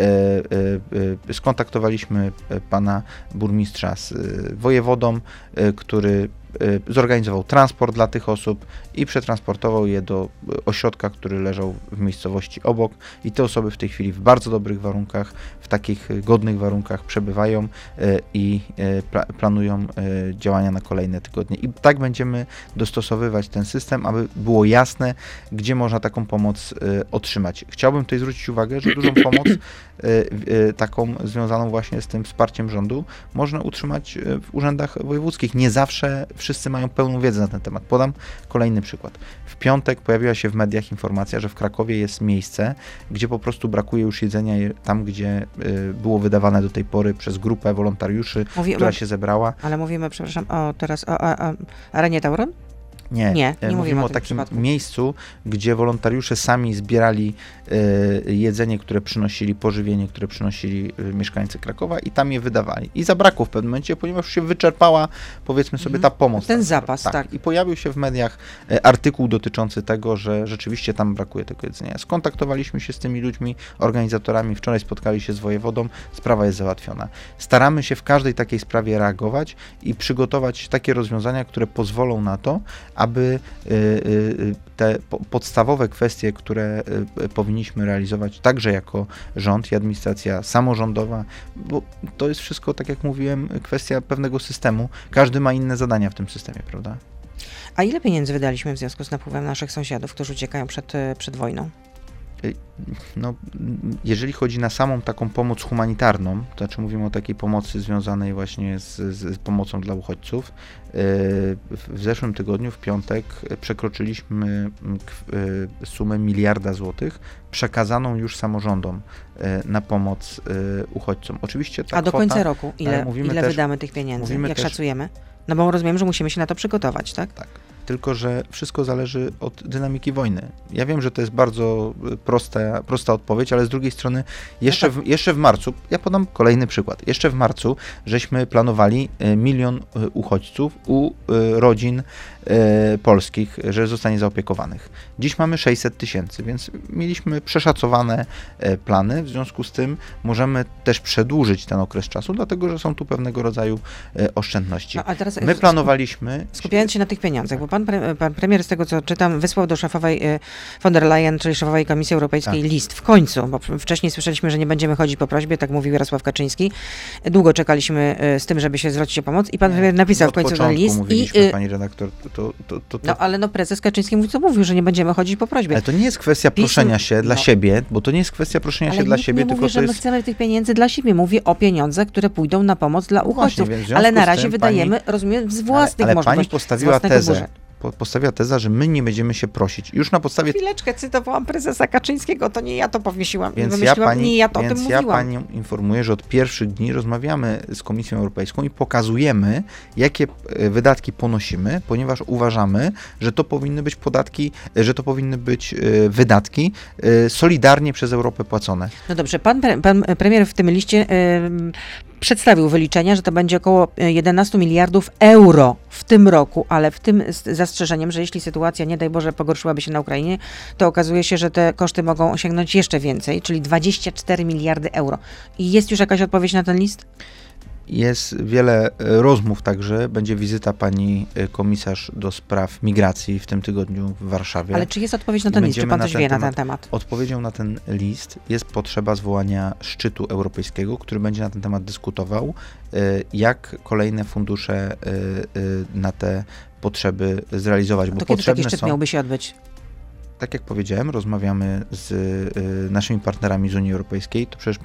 skontaktowaliśmy pana burmistrza z wojewodą, który zorganizował transport dla tych osób i przetransportował je do ośrodka, który leżał w miejscowości obok, i te osoby w tej chwili w bardzo dobrych warunkach, w takich godnych warunkach przebywają i planują działania na kolejne tygodnie. I tak będziemy dostosowywać ten system, aby było jasne, gdzie można taką pomoc otrzymać. Chciałbym tutaj zwrócić uwagę, że dużą pomoc taką związaną właśnie z tym wsparciem rządu można utrzymać w urzędach wojewódzkich. Nie zawsze wszyscy mają pełną wiedzę na ten temat. Podam kolejny przykład. W piątek pojawiła się w mediach informacja, że w Krakowie jest miejsce, gdzie po prostu brakuje już jedzenia tam, gdzie było wydawane do tej pory przez grupę wolontariuszy, która się zebrała. Ale mówimy, przepraszam, teraz o Arenie Tauron? Nie mówimy o takim miejscu, gdzie wolontariusze sami zbierali jedzenie, które przynosili, pożywienie, które przynosili mieszkańcy Krakowa, i tam je wydawali. I zabrakło w pewnym momencie, ponieważ już się wyczerpała, powiedzmy sobie, ta pomoc. Ten zapas, tak. I pojawił się w mediach artykuł dotyczący tego, że rzeczywiście tam brakuje tego jedzenia. Skontaktowaliśmy się z tymi ludźmi, organizatorami, wczoraj spotkali się z wojewodą, sprawa jest załatwiona. Staramy się w każdej takiej sprawie reagować i przygotować takie rozwiązania, które pozwolą na to, aby te podstawowe kwestie, które powinniśmy realizować także jako rząd i administracja samorządowa, bo to jest wszystko, tak jak mówiłem, kwestia pewnego systemu. Każdy ma inne zadania w tym systemie, prawda? A ile pieniędzy wydaliśmy w związku z napływem naszych sąsiadów, którzy uciekają przed wojną? No, jeżeli chodzi na samą taką pomoc humanitarną, to znaczy mówimy o takiej pomocy związanej właśnie z pomocą dla uchodźców, w zeszłym tygodniu, w piątek, przekroczyliśmy sumę 1 miliarda złotych przekazaną już samorządom na pomoc uchodźcom. Oczywiście ta A do kwota, końca roku ile wydamy tych pieniędzy, jak szacujemy? No bo rozumiem, że musimy się na to przygotować, tak? Tak. Tylko że wszystko zależy od dynamiki wojny. Ja wiem, że to jest bardzo prosta odpowiedź, ale z drugiej strony jeszcze w marcu, ja podam kolejny przykład, jeszcze w marcu żeśmy planowali 1 milion uchodźców u rodzin polskich, że zostanie zaopiekowanych. Dziś mamy 600 tysięcy, więc mieliśmy przeszacowane plany, w związku z tym możemy też przedłużyć ten okres czasu, dlatego że są tu pewnego rodzaju oszczędności. No, a teraz my planowaliśmy... Skupiając się na tych pieniądzach, bo pan premier, z tego co czytam, wysłał do szefowej von der Leyen, czyli szefowej Komisji Europejskiej, list w końcu, bo wcześniej słyszeliśmy, że nie będziemy chodzić po prośbie, tak mówił Jarosław Kaczyński. Długo czekaliśmy z tym, żeby się zwrócić o pomoc, i pan premier napisał w końcu ten list. Mówiliśmy, pani redaktor, No ale prezes Kaczyński mówił, że nie będziemy chodzić po prośbie. Ale to nie jest kwestia proszenia się dla siebie, bo to nie jest kwestia proszenia się dla siebie, tylko mówię, że my chcemy tych pieniędzy dla siebie. Mówię o pieniądzach, które pójdą na pomoc dla uchodźców. Właśnie, ale na razie wydajemy, rozumiem, z własnych możliwości. Ale pani postawiła tezę, że my nie będziemy się prosić. Już na podstawie... Chwileczkę, cytowałam prezesa Kaczyńskiego, to nie ja to powiesiłam, nie ja to o tym mówiłam. Ja panią informuję, że od pierwszych dni rozmawiamy z Komisją Europejską i pokazujemy, jakie wydatki ponosimy, ponieważ uważamy, że to powinny być wydatki solidarnie przez Europę płacone. No dobrze, pan premier w tym liście przedstawił wyliczenia, że to będzie około 11 miliardów euro w tym roku, ale w tym z zastrzeżeniem, że jeśli sytuacja, nie daj Boże, pogorszyłaby się na Ukrainie, to okazuje się, że te koszty mogą osiągnąć jeszcze więcej, czyli 24 miliardy euro. I jest już jakaś odpowiedź na ten list? Jest wiele rozmów także. Będzie wizyta pani komisarz do spraw migracji w tym tygodniu w Warszawie. Ale czy jest odpowiedź na ten list? Czy pan coś wie na ten temat? Odpowiedzią na ten list jest potrzeba zwołania szczytu europejskiego, który będzie na ten temat dyskutował, jak kolejne fundusze na te potrzeby zrealizować. To kiedy taki szczyt miałby się odbyć? Tak jak powiedziałem, rozmawiamy z naszymi partnerami z Unii Europejskiej, to przecież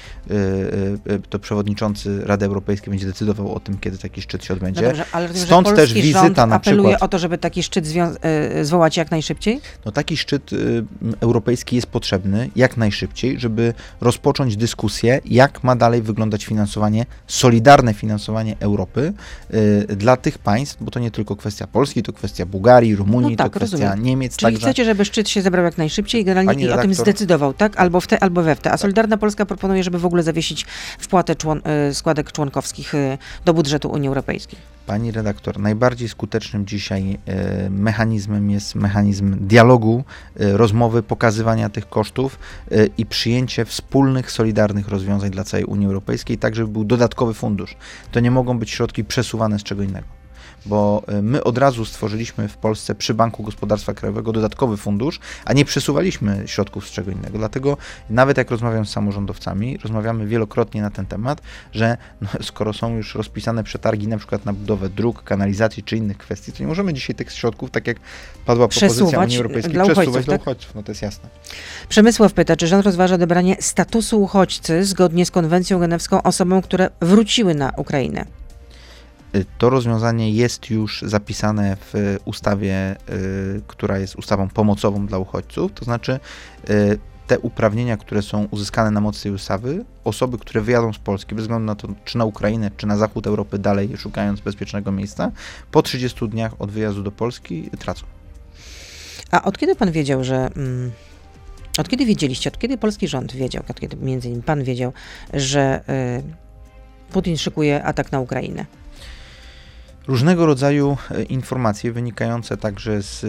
to przewodniczący Rady Europejskiej będzie decydował o tym, kiedy taki szczyt się odbędzie. No dobrze, ale rozumiem, stąd że też polski wizyta rząd na apeluje przykład. o to, żeby taki szczyt zwołać jak najszybciej? No taki szczyt europejski jest potrzebny jak najszybciej, żeby rozpocząć dyskusję, jak ma dalej wyglądać finansowanie, solidarne finansowanie Europy dla tych państw, bo to nie tylko kwestia Polski, to kwestia Bułgarii, Rumunii, No tak, to kwestia rozumiem. Niemiec. Czyli także chcecie, żeby szczyt się zebrał jak najszybciej i generalnie i o tym zdecydował, tak? Albo w te, albo we w te. A Solidarna Polska proponuje, żeby w ogóle zawiesić wpłatę składek członkowskich do budżetu Unii Europejskiej. Pani redaktor, najbardziej skutecznym dzisiaj mechanizmem jest mechanizm dialogu, rozmowy, pokazywania tych kosztów i przyjęcie wspólnych, solidarnych rozwiązań dla całej Unii Europejskiej, tak żeby był dodatkowy fundusz. To nie mogą być środki przesuwane z czego innego. Bo my od razu stworzyliśmy w Polsce przy Banku Gospodarstwa Krajowego dodatkowy fundusz, a nie przesuwaliśmy środków z czego innego. Dlatego nawet jak rozmawiam z samorządowcami, rozmawiamy wielokrotnie na ten temat, że skoro są już rozpisane przetargi na przykład na budowę dróg, kanalizacji czy innych kwestii, to nie możemy dzisiaj tych środków, tak jak padła propozycja Unii Europejskiej, przesuwać dla uchodźców. No to jest jasne. Przemysław pyta, czy rząd rozważa odebranie statusu uchodźcy zgodnie z konwencją genewską osobom, które wróciły na Ukrainę? To rozwiązanie jest już zapisane w ustawie, która jest ustawą pomocową dla uchodźców, to znaczy te uprawnienia, które są uzyskane na mocy tej ustawy, osoby, które wyjadą z Polski, bez względu na to, czy na Ukrainę, czy na zachód Europy dalej, szukając bezpiecznego miejsca, po 30 dniach od wyjazdu do Polski tracą. A od kiedy pan wiedział, że... Od kiedy wiedzieliście, od kiedy polski rząd wiedział, od kiedy między innymi pan wiedział, że Putin szykuje atak na Ukrainę? Różnego rodzaju informacje wynikające także z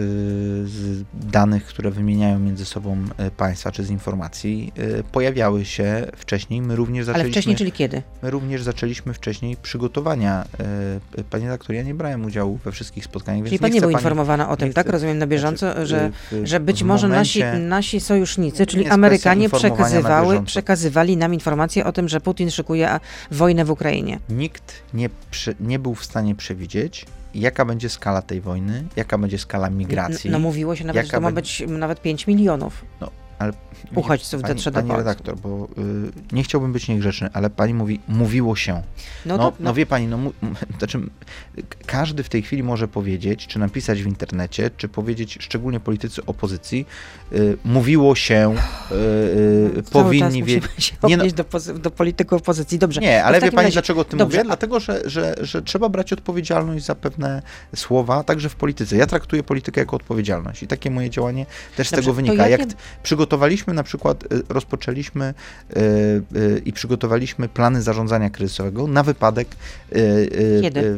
danych, które wymieniają między sobą państwa, czy z informacji, pojawiały się wcześniej. My również zaczęliśmy... Ale wcześniej, czyli kiedy? My również zaczęliśmy wcześniej przygotowania. Panie redaktor, ja nie brałem udziału we wszystkich spotkaniach, więc czyli pan nie był informowany o tym, tak? Rozumiem na bieżąco, że być może nasi sojusznicy, czyli Amerykanie przekazywali nam informacje o tym, że Putin szykuje wojnę w Ukrainie. Nikt nie był w stanie przewidzieć, jaka będzie skala tej wojny, jaka będzie skala migracji. No mówiło się nawet, że to ma być nawet 5 milionów ale uchodźców dotrze do Polski. Pani redaktor, bo nie chciałbym być niegrzeczny, ale pani mówi, mówiło się. No wie pani, znaczy, każdy w tej chwili może powiedzieć, czy napisać w internecie, czy powiedzieć, szczególnie politycy opozycji, mówiło się, powinni wiedzieć. Do polityków opozycji, dobrze. Nie, ale wie pani, dlaczego o tym mówię? Dlatego, że trzeba brać odpowiedzialność za pewne słowa, także w polityce. Ja traktuję politykę jako odpowiedzialność i takie moje działanie też z tego wynika. Jak przygotowaliśmy na przykład, rozpoczęliśmy i przygotowaliśmy plany zarządzania kryzysowego na wypadek Kiedy?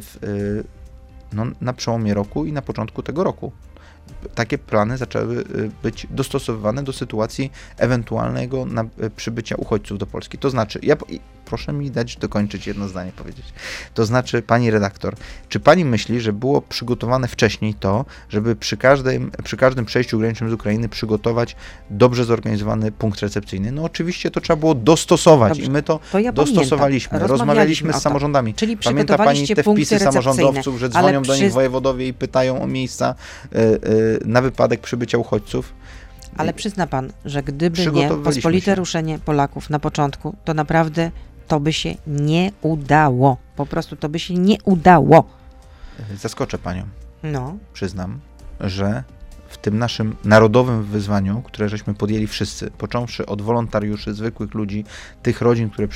Na przełomie roku i na początku tego roku. Takie plany zaczęły być dostosowywane do sytuacji ewentualnego przybycia uchodźców do Polski. To znaczy, proszę mi dać dokończyć jedno zdanie powiedzieć. To znaczy, pani redaktor, czy pani myśli, że było przygotowane wcześniej to, żeby przy każdym przejściu granicznym z Ukrainy przygotować dobrze zorganizowany punkt recepcyjny? No oczywiście to trzeba było dostosować. Dobrze, i my to dostosowaliśmy. Rozmawialiśmy z samorządami. Czyli pamięta pani te wpisy samorządowców, że dzwonią do nich wojewodowie i pytają o miejsca na wypadek przybycia uchodźców? Ale przyzna pan, że gdyby nie pospolite ruszenie Polaków na początku, to naprawdę to by się nie udało. Po prostu to by się nie udało. Zaskoczę panią. No. Przyznam, że w tym naszym narodowym wyzwaniu, które żeśmy podjęli wszyscy, począwszy od wolontariuszy, zwykłych ludzi, tych rodzin, które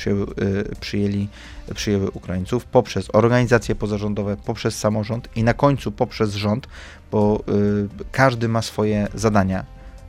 przyjęły Ukraińców, poprzez organizacje pozarządowe, poprzez samorząd i na końcu poprzez rząd, bo każdy ma swoje zadania.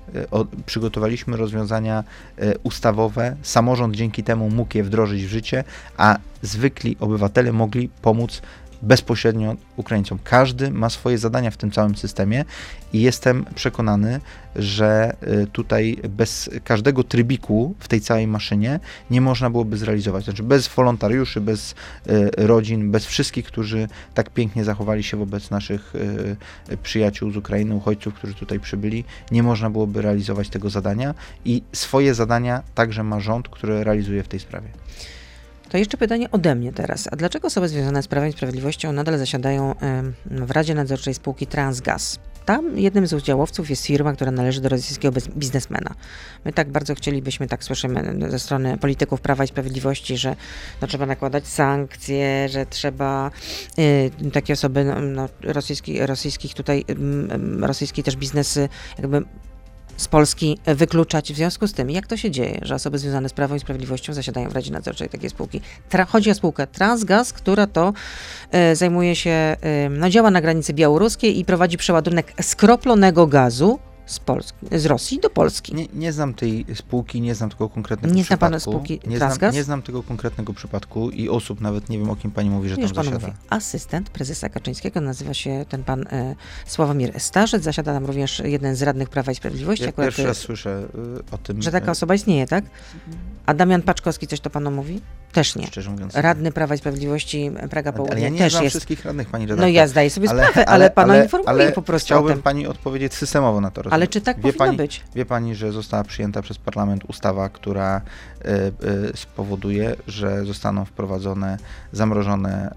przygotowaliśmy rozwiązania ustawowe, samorząd dzięki temu mógł je wdrożyć w życie, a zwykli obywatele mogli pomóc bezpośrednio Ukraińcom. Każdy ma swoje zadania w tym całym systemie i jestem przekonany, że tutaj bez każdego trybiku w tej całej maszynie nie można byłoby zrealizować. Znaczy bez wolontariuszy, bez rodzin, bez wszystkich, którzy tak pięknie zachowali się wobec naszych przyjaciół z Ukrainy, uchodźców, którzy tutaj przybyli, nie można byłoby realizować tego zadania i swoje zadania także ma rząd, który realizuje w tej sprawie. To jeszcze pytanie ode mnie teraz. A dlaczego osoby związane z Prawem i Sprawiedliwością nadal zasiadają w Radzie Nadzorczej spółki Transgaz? Tam jednym z udziałowców jest firma, która należy do rosyjskiego biznesmena. My tak bardzo chcielibyśmy, tak słyszymy ze strony polityków Prawa i Sprawiedliwości, że trzeba nakładać sankcje, że trzeba takie osoby rosyjskich tutaj, rosyjskie też biznesy jakby z Polski wykluczać. W związku z tym, jak to się dzieje, że osoby związane z Prawem i Sprawiedliwością zasiadają w Radzie Nadzorczej takiej spółki? Chodzi o spółkę Transgaz, która to zajmuje się, działa na granicy białoruskiej i prowadzi przeładunek skroplonego gazu z Rosji do Polski. Nie znam tej spółki, nie znam tego konkretnego nie przypadku. Nie zna pan spółki Transgaz? Nie znam tego konkretnego przypadku i osób, nawet nie wiem, o kim pani mówi, że Już tam zasiada. Mówi, asystent prezesa Kaczyńskiego, nazywa się ten pan Sławomir Starzec, zasiada tam również jeden z radnych Prawa i Sprawiedliwości. Ja pierwszy raz słyszę o tym. Że taka osoba istnieje, tak? A Damian Paczkowski coś to panu mówi? Też nie. Szczerze mówiąc. Radny Prawa i Sprawiedliwości Praga Południa ale ja nie też znam jest. wszystkich radnych, pani redaktor. No ja zdaję sobie sprawę, ale pana informuję po prostu chciałbym o tym. pani odpowiedzieć systemowo na to. Ale czy tak powinno być? Wie pani, że została przyjęta przez parlament ustawa, która spowoduje, że zostaną wprowadzone, zamrożone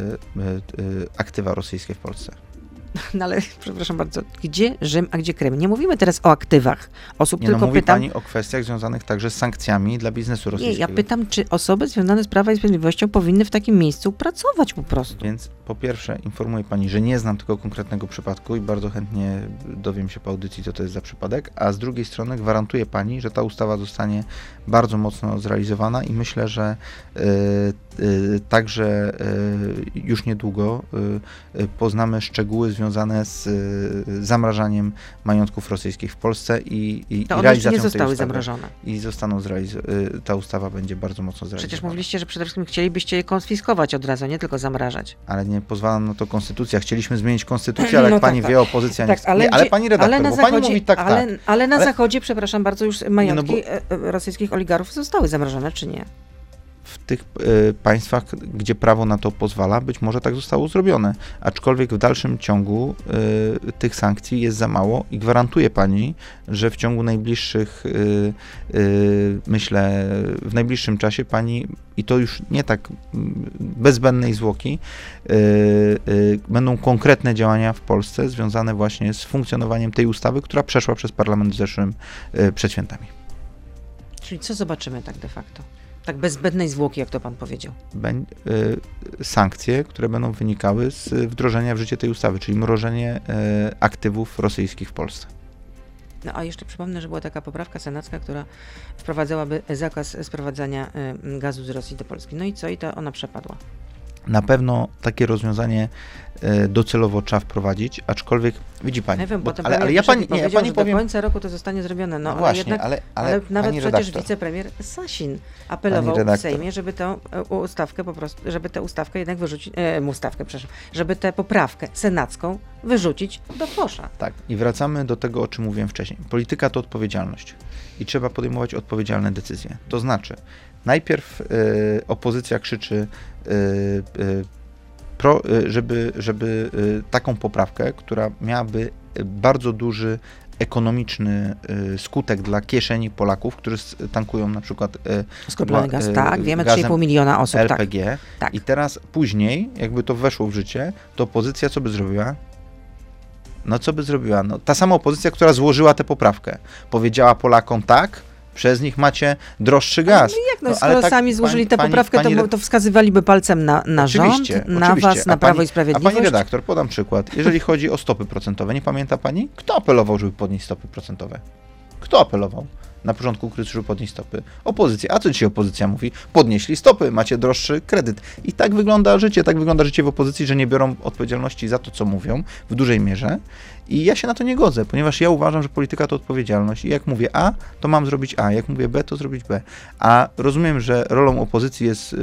aktywa rosyjskie w Polsce. No ale, przepraszam bardzo, gdzie Rzym, a gdzie Krym? Nie mówimy teraz o aktywach osób, tylko mówi pytam... pani o kwestiach związanych także z sankcjami dla biznesu rosyjskiego. Nie, ja pytam, czy osoby związane z Prawem i Sprawiedliwością powinny w takim miejscu pracować po prostu. Więc po pierwsze informuję pani, że nie znam tego konkretnego przypadku i bardzo chętnie dowiem się po audycji, co to jest za przypadek, a z drugiej strony gwarantuję pani, że ta ustawa zostanie bardzo mocno zrealizowana i myślę, że także już niedługo poznamy szczegóły związane z zamrażaniem majątków rosyjskich w Polsce i to one realizacją nie zostały tej ustawy. zamrożone. I zostaną ta ustawa będzie bardzo mocno zrealizowana. Przecież mówiliście, że przede wszystkim chcielibyście je konfiskować od razu, nie tylko zamrażać. Ale nie pozwala na to konstytucja. Chcieliśmy zmienić konstytucję, ale jak pani wie, opozycja nie chce. Ale pani redaktor, bo pani mówi tak. Ale na Zachodzie, przepraszam bardzo, już majątki rosyjskich oligarchów zostały zamrożone, czy nie? W tych państwach, gdzie prawo na to pozwala, być może tak zostało zrobione. Aczkolwiek w dalszym ciągu tych sankcji jest za mało i gwarantuję pani, że w ciągu najbliższych, myślę, w najbliższym czasie pani, i to już nie tak bez zbędnej zwłoki, będą konkretne działania w Polsce związane właśnie z funkcjonowaniem tej ustawy, która przeszła przez parlament przed świętami. Czyli co zobaczymy tak de facto? Tak bez zbędnej zwłoki, jak to pan powiedział. Sankcje, które będą wynikały z wdrożenia w życie tej ustawy, czyli mrożenie aktywów rosyjskich w Polsce. No a jeszcze przypomnę, że była taka poprawka senacka, która wprowadzałaby zakaz sprowadzania gazu z Rosji do Polski. No i co? I to ona przepadła. Na pewno takie rozwiązanie docelowo trzeba wprowadzić, aczkolwiek widzi pani. Nie wiem, Ale ja pani że powiem. Do końca roku to zostanie zrobione. No, właśnie, ale nawet pani przecież redaktor, wicepremier Sasin apelował w Sejmie, żeby tę ustawkę po prostu, żeby tę ustawkę jednak wyrzucić, żeby tę poprawkę senacką wyrzucić do kosza. Tak, i wracamy do tego, o czym mówiłem wcześniej. Polityka to odpowiedzialność i trzeba podejmować odpowiedzialne decyzje. To znaczy, najpierw opozycja krzyczy, żeby taką poprawkę, która miałaby bardzo duży ekonomiczny skutek dla kieszeni Polaków, którzy tankują na przykład skroplony gaz, tak, wiemy, 3,5 miliona osób, LPG. Tak. I teraz później, jakby to weszło w życie, to opozycja co by zrobiła? No co by zrobiła? No, ta sama opozycja, która złożyła tę poprawkę, powiedziała Polakom tak, przez nich macie droższy gaz. Skoro sami złożyli tę poprawkę, to wskazywaliby palcem na rząd, na was, na Prawo i Sprawiedliwość. A pani redaktor, podam przykład. Jeżeli chodzi o stopy procentowe, nie pamięta pani? Kto apelował, żeby podnieść stopy procentowe? Kto apelował? na początku kryzysu podnieść stopy. Opozycja. A co dzisiaj opozycja mówi? Podnieśli stopy, macie droższy kredyt. I tak wygląda życie w opozycji, że nie biorą odpowiedzialności za to, co mówią w dużej mierze. I ja się na to nie godzę, ponieważ ja uważam, że polityka to odpowiedzialność i jak mówię A, to mam zrobić A, jak mówię B, to zrobić B. A rozumiem, że rolą opozycji jest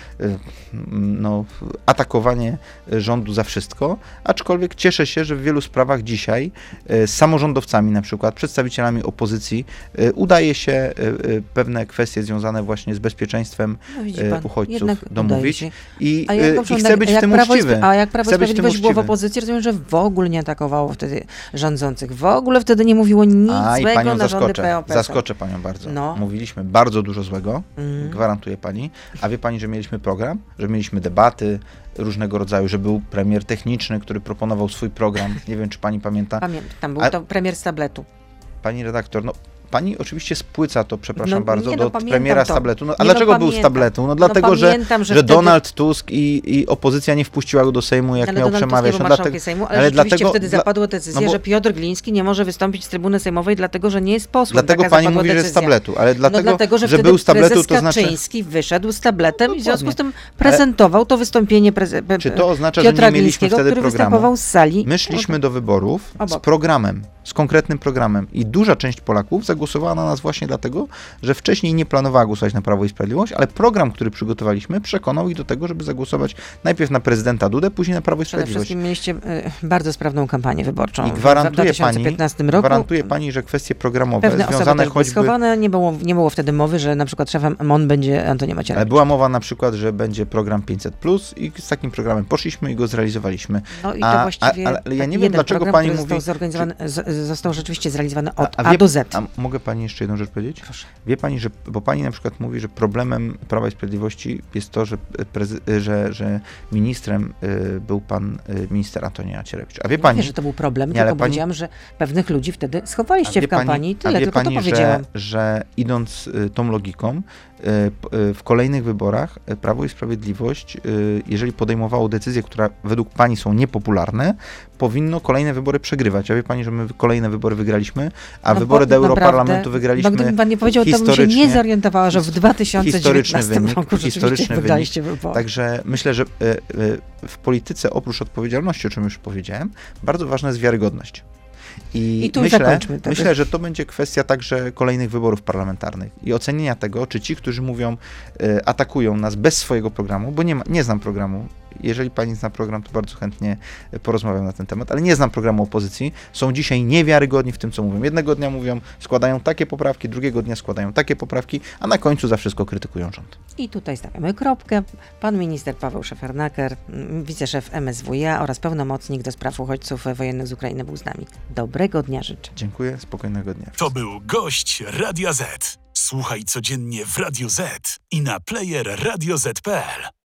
atakowanie rządu za wszystko, aczkolwiek cieszę się, że w wielu sprawach dzisiaj z samorządowcami na przykład, przedstawicielami opozycji udaje się pewne kwestie związane właśnie z bezpieczeństwem uchodźców domówić i chcę być w tym uczciwy. A jak Prawo i Sprawiedliwość było w opozycji, rozumiem, że w ogóle nie atakowało wtedy rządzących. W ogóle wtedy nie mówiło nic złego na rządy PO-PSL. Zaskoczę panią bardzo. No. Mówiliśmy bardzo dużo złego, gwarantuję pani. A wie pani, że mieliśmy program, że mieliśmy debaty różnego rodzaju, że był premier techniczny, który proponował swój program. Nie wiem, czy pani pamięta. Pamiętam, był to premier z tabletu. Pani redaktor, pani oczywiście spłyca to, przepraszam bardzo, nie, do premiera z tabletu. A dlaczego był z tabletu? Dlatego, że wtedy... Donald Tusk i opozycja nie wpuściła go do Sejmu, jak miał przemawiać. Sejmu, ale rzeczywiście wtedy zapadła decyzja, że Piotr Gliński nie może wystąpić z trybuny sejmowej, dlatego że nie jest posłem. Dlatego pani mówi, że z tabletu, ale dlatego, że był z tabletu, to znaczy... Kaczyński wyszedł z tabletem i w związku z tym prezentował to wystąpienie Czy to oznacza, Piotra że nie mieliśmy wtedy który programu? występował z sali. My szliśmy do wyborów z programem, z konkretnym programem i duża część Polaków zagłosowała na nas właśnie dlatego, że wcześniej nie planowała głosować na Prawo i Sprawiedliwość, ale program, który przygotowaliśmy, przekonał ich do tego, żeby zagłosować najpierw na prezydenta Dudę, później na Prawo i Sprawiedliwość. Przede wszystkim mieliście bardzo sprawną kampanię wyborczą. I w 2015 roku. Gwarantuje pani, że kwestie programowe pewne związane choćby... schowane, nie było wtedy mowy, że na przykład szefem MON będzie Antoni Macierewicz. Ale była mowa na przykład, że będzie program 500+, i z takim programem poszliśmy i go zrealizowaliśmy. No i to właściwie ale ja nie wiem, dlaczego pani mówi... Został rzeczywiście zrealizowany od A do Z. A mogę pani jeszcze jedną rzecz powiedzieć? Proszę. Wie pani, bo pani na przykład mówi, że problemem Prawa i Sprawiedliwości jest to, że ministrem był pan minister Antoni Macierewicz. A wie pani... Nie, że to był problem, tylko powiedziałam, że pewnych ludzi wtedy schowaliście w kampanii. Tyle, tylko pani, to powiedziałam. że idąc tą logiką, w kolejnych wyborach Prawo i Sprawiedliwość, jeżeli podejmowało decyzje, które według pani są niepopularne, powinno kolejne wybory przegrywać. A wie pani, że my kolejne wybory wygraliśmy, a wybory do Europarlamentu wygraliśmy gdyby pan nie powiedział, to bym się nie zorientowała, że w 2019 roku rzeczywiście wygraliście wybory. Także myślę, że w polityce oprócz odpowiedzialności, o czym już powiedziałem, bardzo ważna jest wiarygodność. I tu myślę, że to będzie kwestia także kolejnych wyborów parlamentarnych i ocenienia tego, czy ci, którzy mówią, atakują nas bez swojego programu, bo nie znam programu. Jeżeli pani zna program, to bardzo chętnie porozmawiam na ten temat, ale nie znam programu opozycji. Są dzisiaj niewiarygodni w tym, co mówią. Jednego dnia mówią, składają takie poprawki, drugiego dnia składają takie poprawki, a na końcu za wszystko krytykują rząd. I tutaj stawiamy kropkę. Pan minister Paweł Szefernaker, wiceszef MSWiA oraz pełnomocnik do spraw uchodźców wojennych z Ukrainy był z nami. Dobrego dnia życzę. Dziękuję, spokojnego dnia. To był gość Radia Z. Słuchaj codziennie w Radio Z i na player radioz.pl.